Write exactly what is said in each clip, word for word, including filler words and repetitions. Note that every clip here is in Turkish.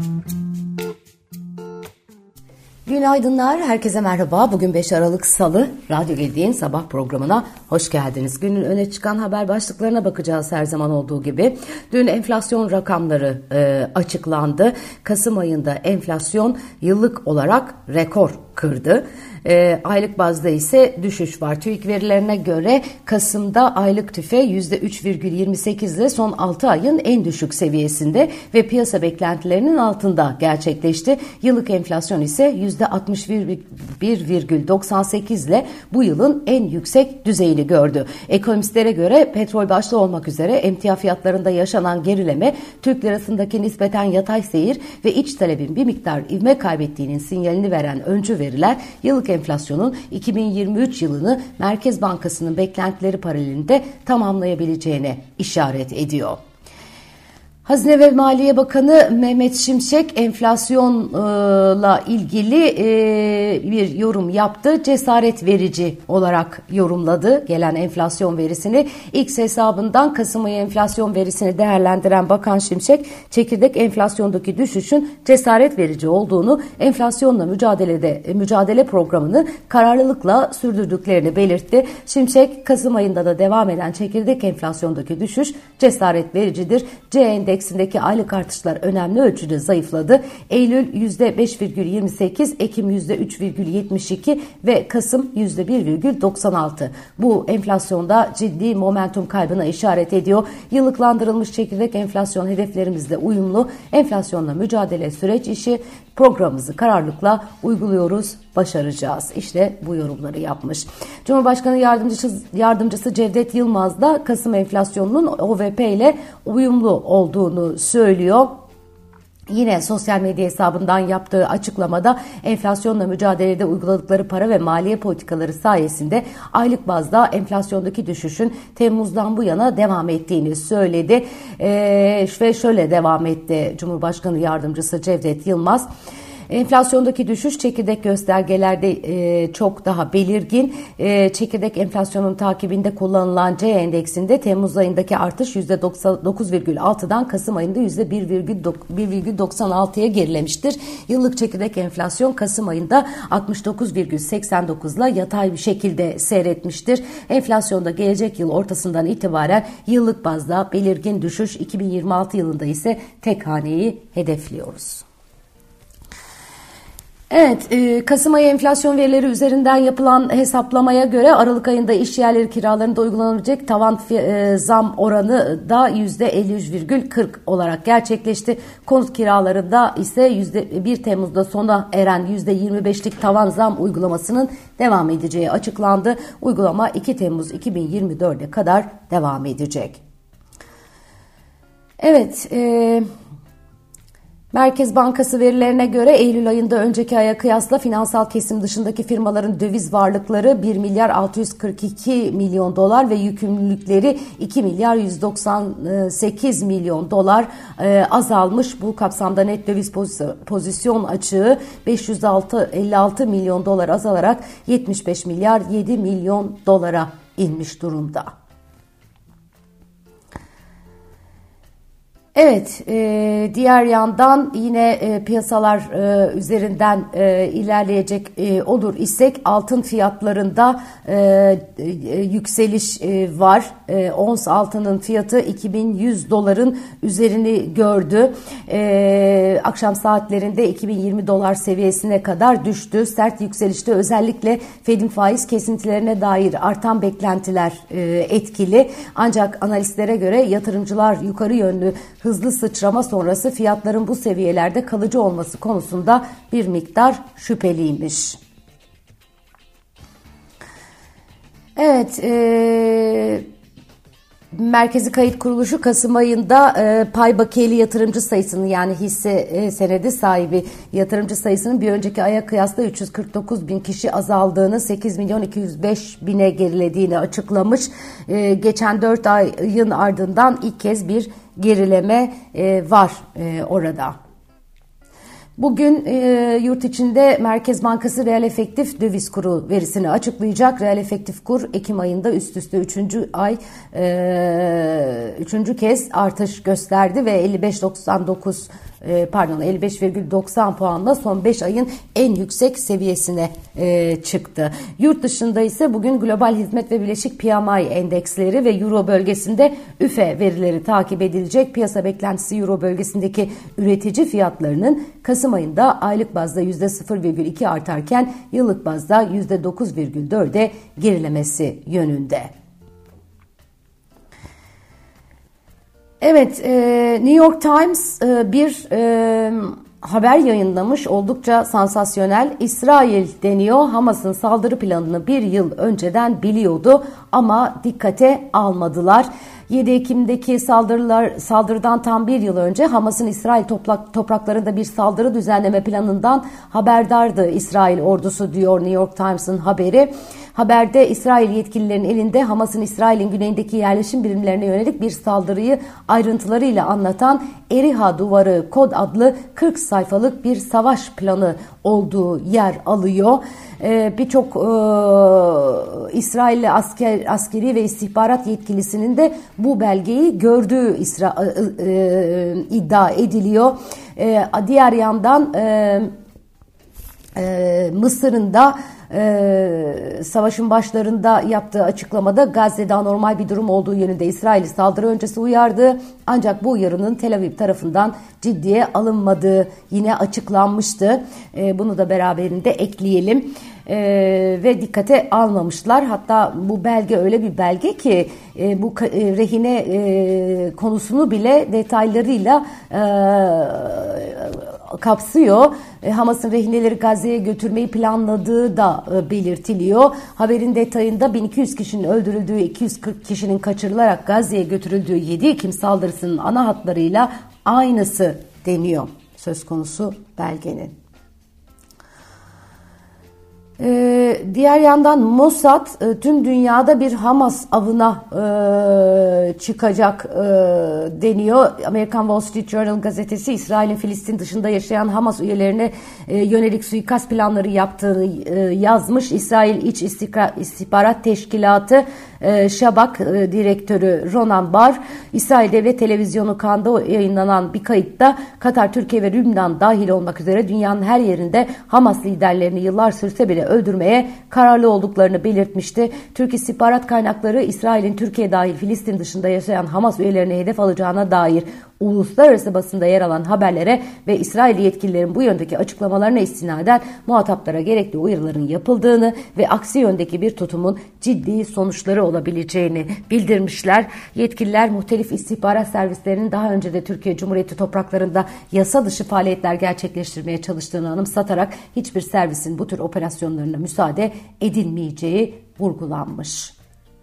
Günaydınlar, herkese merhaba. Bugün beş Aralık Salı, Radyo Gediğin sabah programına hoş geldiniz. Günün öne çıkan haber başlıklarına bakacağız her zaman olduğu gibi. Dün enflasyon rakamları e, açıklandı. Kasım ayında enflasyon yıllık olarak rekor kırdı. E, aylık bazda ise düşüş var. TÜİK verilerine göre Kasım'da aylık tüfe yüzde üç virgül yirmi sekiz ile son altı ayın en düşük seviyesinde ve piyasa beklentilerinin altında gerçekleşti. Yıllık enflasyon ise yüzde altmış bir virgül doksan sekiz ile bu yılın en yüksek düzeyini gördü. Ekonomistlere göre petrol başta olmak üzere emtia fiyatlarında yaşanan gerileme, Türk lirasındaki nispeten yatay seyir ve iç talebin bir miktar ivme kaybettiğinin sinyalini veren öncü veriler, yıllık enflasyonun iki bin yirmi üç yılını Merkez Bankası'nın beklentileri paralelinde tamamlayabileceğine işaret ediyor. Hazine ve Maliye Bakanı Mehmet Şimşek enflasyonla ilgili bir yorum yaptı. Cesaret verici olarak yorumladı gelen enflasyon verisini. X hesabından Kasım ayı enflasyon verisini değerlendiren Bakan Şimşek, çekirdek enflasyondaki düşüşün cesaret verici olduğunu, enflasyonla mücadelede mücadele programını kararlılıkla sürdürdüklerini belirtti. Şimşek, Kasım ayında da devam eden çekirdek enflasyondaki düşüş cesaret vericidir. C endeksindeki aylık artışlar önemli ölçüde zayıfladı. Eylül yüzde beş virgül yirmi sekiz, Ekim yüzde üç virgül yetmiş iki ve Kasım yüzde bir virgül doksan altı. Bu enflasyonda ciddi momentum kaybına işaret ediyor. Yıllıklandırılmış çekirdek enflasyon hedeflerimizle uyumlu. Enflasyonla mücadele süreç işi, programımızı kararlılıkla uyguluyoruz, başaracağız. İşte bu yorumları yapmış. Cumhurbaşkanı Yardımcısı, Yardımcısı Cevdet Yılmaz da Kasım enflasyonunun O V P ile uyumlu olduğunu söylüyor. Yine sosyal medya hesabından yaptığı açıklamada enflasyonla mücadelede uyguladıkları para ve maliye politikaları sayesinde aylık bazda enflasyondaki düşüşün Temmuz'dan bu yana devam ettiğini söyledi. Ee, ve şöyle devam etti Cumhurbaşkanı Yardımcısı Cevdet Yılmaz. Enflasyondaki düşüş çekirdek göstergelerde e, çok daha belirgin. E, çekirdek enflasyonun takibinde kullanılan C endeksinde Temmuz ayındaki artış yüzde dokuz virgül altıdan Kasım ayında yüzde bir virgül doksan altıya gerilemiştir. Yıllık çekirdek enflasyon Kasım ayında altmış dokuz virgül seksen dokuz ile yatay bir şekilde seyretmiştir. Enflasyonda gelecek yıl ortasından itibaren yıllık bazda belirgin düşüş, iki bin yirmi altı yılında ise tek haneyi hedefliyoruz. Evet, Kasım ayı enflasyon verileri üzerinden yapılan hesaplamaya göre Aralık ayında işyerleri kiralarında uygulanabilecek tavan zam oranı da yüzde elli üç virgül kırk olarak gerçekleşti. Konut kiralarında ise yüzde bir Temmuz'da sona eren yüzde yirmi beşlik tavan zam uygulamasının devam edeceği açıklandı. Uygulama iki Temmuz iki bin yirmi dörde kadar devam edecek. Evet, e Merkez Bankası verilerine göre Eylül ayında önceki aya kıyasla finansal kesim dışındaki firmaların döviz varlıkları bir milyar altı yüz kırk iki milyon dolar ve yükümlülükleri iki milyar yüz doksan sekiz milyon dolar e, azalmış. Bu kapsamda net döviz pozisyon açığı beş yüz elli altı milyon dolar azalarak yetmiş beş milyar yedi milyon dolara inmiş durumda. Evet, e, diğer yandan yine e, piyasalar e, üzerinden e, ilerleyecek e, olur isek altın fiyatlarında e, e, yükseliş e, var. E, ons altının fiyatı iki bin yüz doların üzerini gördü. E, akşam saatlerinde iki bin yirmi dolar seviyesine kadar düştü. Sert yükselişte özellikle Fed'in faiz kesintilerine dair artan beklentiler e, etkili. Ancak analistlere göre yatırımcılar yukarı yönlü hızlı sıçrama sonrası fiyatların bu seviyelerde kalıcı olması konusunda bir miktar şüpheliymiş. Evet, e, Merkezi Kayıt Kuruluşu Kasım ayında e, pay bakiyeli yatırımcı sayısının, yani hisse e, senedi sahibi yatırımcı sayısının bir önceki aya kıyasla üç yüz kırk dokuz bin kişi azaldığını, sekiz milyon iki yüz beş bine gerilediğini açıklamış. E, geçen dört ayın ardından ilk kez bir gerileme e, var e, orada. Bugün e, yurt içinde Merkez Bankası reel efektif döviz kuru verisini açıklayacak. Reel efektif kur Ekim ayında üst üste üçüncü ay e, üçüncü kez artış gösterdi ve elli beş virgül doksan dokuz pardon elli beş virgül doksan puanla son beş ayın en yüksek seviyesine çıktı. Yurt dışında ise bugün global hizmet ve Birleşik P M I endeksleri ve Euro bölgesinde Ü F E verileri takip edilecek. Piyasa beklentisi Euro bölgesindeki üretici fiyatlarının Kasım ayında aylık bazda yüzde sıfır virgül iki artarken yıllık bazda yüzde dokuz virgül dörde gerilemesi yönünde. Evet, New York Times bir haber yayınlamış, oldukça sansasyonel. İsrail deniyor, Hamas'ın saldırı planını bir yıl önceden biliyordu ama dikkate almadılar. yedi Ekim'deki saldırılar saldırıdan tam bir yıl önce Hamas'ın İsrail toprak, topraklarında bir saldırı düzenleme planından haberdardı İsrail ordusu, diyor New York Times'ın haberi. Haberde İsrail yetkililerinin elinde Hamas'ın İsrail'in güneyindeki yerleşim birimlerine yönelik bir saldırıyı ayrıntılarıyla anlatan Eriha Duvarı Kod adlı kırk sayfalık bir savaş planı olduğu yer alıyor. Ee, Birçok e, İsrailli asker, askeri ve istihbarat yetkilisinin de bu belgeyi gördüğü İsra, e, e, iddia ediliyor. E, diğer yandan e, e, Mısır'ın da Ee, savaşın başlarında yaptığı açıklamada Gazze'de anormal bir durum olduğu yönünde İsrail'i saldırı öncesi uyardı. Ancak bu uyarının Tel Aviv tarafından ciddiye alınmadığı yine açıklanmıştı. Ee, bunu da beraberinde ekleyelim. Ee, ve dikkate almamışlar. Hatta bu belge öyle bir belge ki e, bu e, rehine e, konusunu bile detaylarıyla e, kapsıyor. E, Hamas'ın rehineleri Gazze'ye götürmeyi planladığı da e, belirtiliyor. Haberin detayında bin iki yüz kişinin öldürüldüğü, iki yüz kırk kişinin kaçırılarak Gazze'ye götürüldüğü yedi Ekim saldırısının ana hatlarıyla aynısı deniyor söz konusu belgenin. Ee, diğer yandan Mossad e, tüm dünyada bir Hamas avına e, çıkacak e, deniyor. Amerikan Wall Street Journal gazetesi İsrail'in Filistin dışında yaşayan Hamas üyelerine e, yönelik suikast planları yaptığını e, yazmış. İsrail İç İstihbarat Teşkilatı e, Şabak e, direktörü Ronan Bar, İsrail Devlet Televizyonu Kan'da yayınlanan bir kayıtta Katar, Türkiye ve Lübnan dahil olmak üzere dünyanın her yerinde Hamas liderlerini yıllar sürse bile öldürmeye kararlı olduklarını belirtmişti. Türk istihbarat kaynakları İsrail'in Türkiye dahil Filistin dışında yaşayan Hamas üyelerini hedef alacağına dair uluslararası basında yer alan haberlere ve İsrail yetkililerin bu yöndeki açıklamalarına istinaden muhataplara gerekli uyarıların yapıldığını ve aksi yöndeki bir tutumun ciddi sonuçları olabileceğini bildirmişler. Yetkililer muhtelif istihbarat servislerinin daha önce de Türkiye Cumhuriyeti topraklarında yasa dışı faaliyetler gerçekleştirmeye çalıştığını anımsatarak hiçbir servisin bu tür operasyonlarına müsaade edilmeyeceği vurgulanmış.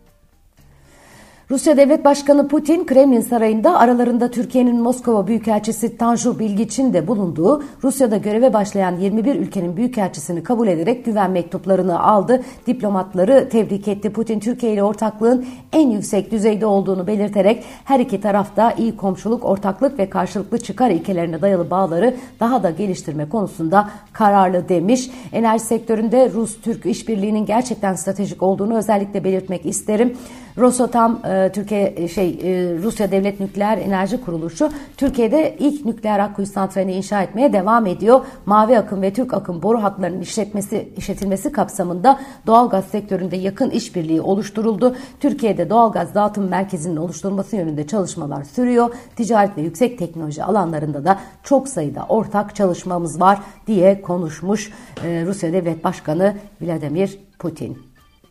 Rusya Devlet Başkanı Putin, Kremlin Sarayı'nda aralarında Türkiye'nin Moskova Büyükelçisi Tanju Bilgiç'in de bulunduğu Rusya'da göreve başlayan yirmi bir ülkenin büyükelçisini kabul ederek güven mektuplarını aldı. Diplomatları tebrik etti. Putin, Türkiye ile ortaklığın en yüksek düzeyde olduğunu belirterek her iki tarafta iyi komşuluk, ortaklık ve karşılıklı çıkar ilkelerine dayalı bağları daha da geliştirme konusunda kararlı demiş. Enerji sektöründe Rus-Türk işbirliğinin gerçekten stratejik olduğunu özellikle belirtmek isterim. Rosatom, Türkiye şey Rusya Devlet Nükleer Enerji Kuruluşu Türkiye'de ilk nükleer akkuyu santralini inşa etmeye devam ediyor. Mavi akım ve Türk akım boru hatlarının işletmesi işletilmesi kapsamında doğalgaz sektöründe yakın işbirliği oluşturuldu. Türkiye'de doğalgaz dağıtım merkezinin oluşturulması yönünde çalışmalar sürüyor. Ticaret ve yüksek teknoloji alanlarında da çok sayıda ortak çalışmamız var diye konuşmuş Rusya Devlet Başkanı Vladimir Putin.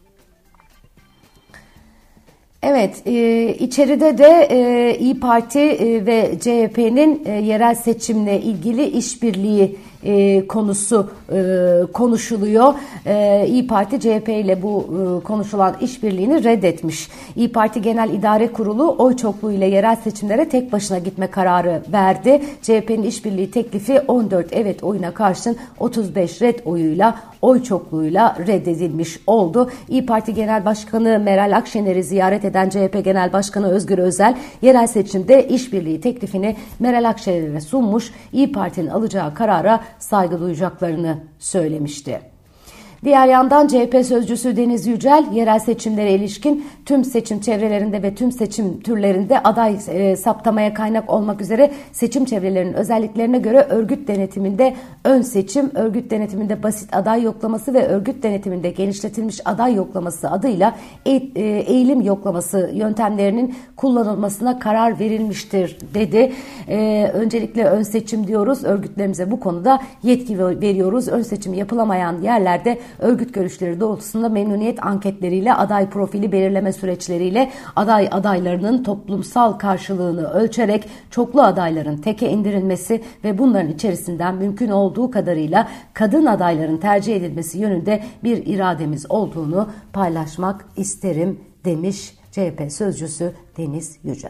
Evet, e, içeride de e, İYİ Parti e, ve C H P'nin e, yerel seçimle ilgili işbirliği e, konusu e, konuşuluyor. E, İYİ Parti C H P ile bu e, konuşulan işbirliğini reddetmiş. İYİ Parti Genel İdare Kurulu oy çokluğuyla yerel seçimlere tek başına gitme kararı verdi. C H P'nin işbirliği teklifi on dört evet oyuna karşın otuz beş red oyuyla oy çokluğuyla reddedilmiş oldu. İYİ Parti Genel Başkanı Meral Akşener'i ziyaret eden C H P Genel Başkanı Özgür Özel, yerel seçimde işbirliği teklifini Meral Akşener'e sunmuş, İYİ Parti'nin alacağı karara saygı duyacaklarını söylemişti. Diğer yandan C H P sözcüsü Deniz Yücel, yerel seçimlere ilişkin tüm seçim çevrelerinde ve tüm seçim türlerinde aday e, saptamaya kaynak olmak üzere seçim çevrelerinin özelliklerine göre örgüt denetiminde ön seçim, örgüt denetiminde basit aday yoklaması ve örgüt denetiminde genişletilmiş aday yoklaması adıyla e, e, eğilim yoklaması yöntemlerinin kullanılmasına karar verilmiştir dedi. E, öncelikle ön seçim diyoruz. Örgütlerimize bu konuda yetki veriyoruz. Ön seçim yapılamayan yerlerde örgüt görüşleri doğrultusunda memnuniyet anketleriyle, aday profili belirleme süreçleriyle aday adaylarının toplumsal karşılığını ölçerek çoklu adayların teke indirilmesi ve bunların içerisinden mümkün olduğu kadarıyla kadın adayların tercih edilmesi yönünde bir irademiz olduğunu paylaşmak isterim demiş C H P sözcüsü Deniz Yücel.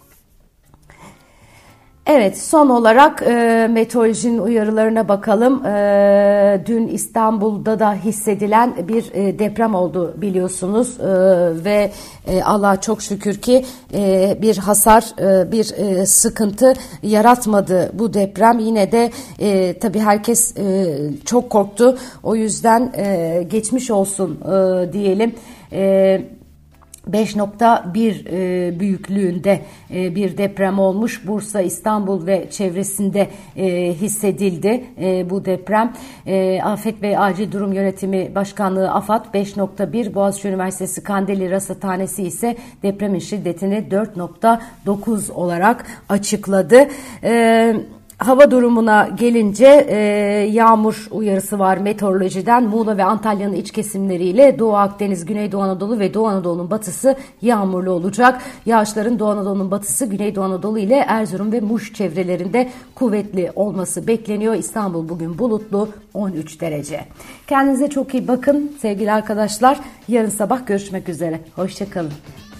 Evet, son olarak e, meteorolojinin uyarılarına bakalım. E, dün İstanbul'da da hissedilen bir e, deprem oldu biliyorsunuz e, ve e, Allah'a çok şükür ki e, bir hasar, e, bir e, sıkıntı yaratmadı bu deprem. Yine de e, tabii herkes e, çok korktu. O yüzden e, geçmiş olsun e, diyelim. E, beş nokta bir e, büyüklüğünde e, bir deprem olmuş. Bursa, İstanbul ve çevresinde e, hissedildi e, bu deprem. E, Afet ve Acil Durum Yönetimi Başkanlığı AFAD beş nokta bir, Boğaziçi Üniversitesi Kandilli Rasathanesi ise depremin şiddetini dört nokta dokuz olarak açıkladı. E, Hava durumuna gelince e, yağmur uyarısı var meteorolojiden. Muğla ve Antalya'nın iç kesimleriyle Doğu Akdeniz, Güneydoğu Anadolu ve Doğu Anadolu'nun batısı yağmurlu olacak. Yağışların Doğu Anadolu'nun batısı, Güneydoğu Anadolu ile Erzurum ve Muş çevrelerinde kuvvetli olması bekleniyor. İstanbul bugün bulutlu, on üç derece. Kendinize çok iyi bakın sevgili arkadaşlar. Yarın sabah görüşmek üzere. Hoşça kalın.